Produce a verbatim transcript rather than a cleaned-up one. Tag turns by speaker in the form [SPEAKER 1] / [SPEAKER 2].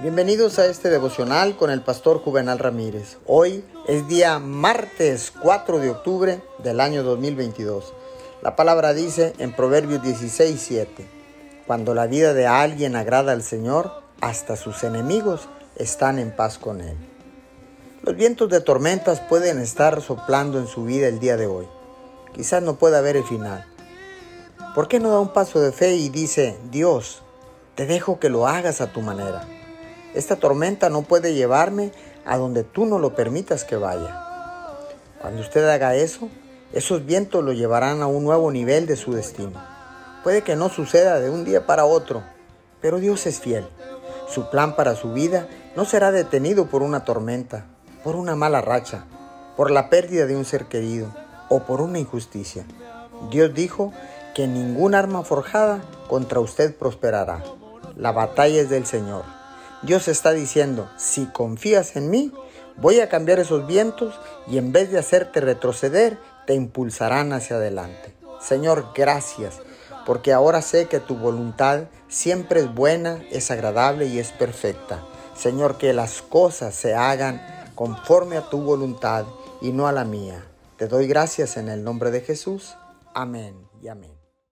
[SPEAKER 1] Bienvenidos a este devocional con el pastor Juvenal Ramírez. Hoy es día martes cuatro de octubre del año dos mil veintidós. La palabra dice en Proverbios dieciséis siete: cuando la vida de alguien agrada al Señor, hasta sus enemigos están en paz con él. Los vientos de tormentas pueden estar soplando en su vida el día de hoy. Quizás no pueda ver el final. ¿Por qué no da un paso de fe y dice: Dios, te dejo que lo hagas a tu manera? Esta tormenta no puede llevarme a donde tú no lo permitas que vaya. Cuando usted haga eso, esos vientos lo llevarán a un nuevo nivel de su destino. Puede que no suceda de un día para otro, pero Dios es fiel. Su plan para su vida no será detenido por una tormenta, por una mala racha, por la pérdida de un ser querido o por una injusticia. Dios dijo que ningún arma forjada contra usted prosperará. La batalla es del Señor. Dios está diciendo: si confías en mí, voy a cambiar esos vientos y en vez de hacerte retroceder, te impulsarán hacia adelante. Señor, gracias, porque ahora sé que tu voluntad siempre es buena, es agradable y es perfecta. Señor, que las cosas se hagan conforme a tu voluntad y no a la mía. Te doy gracias en el nombre de Jesús. Amén y amén.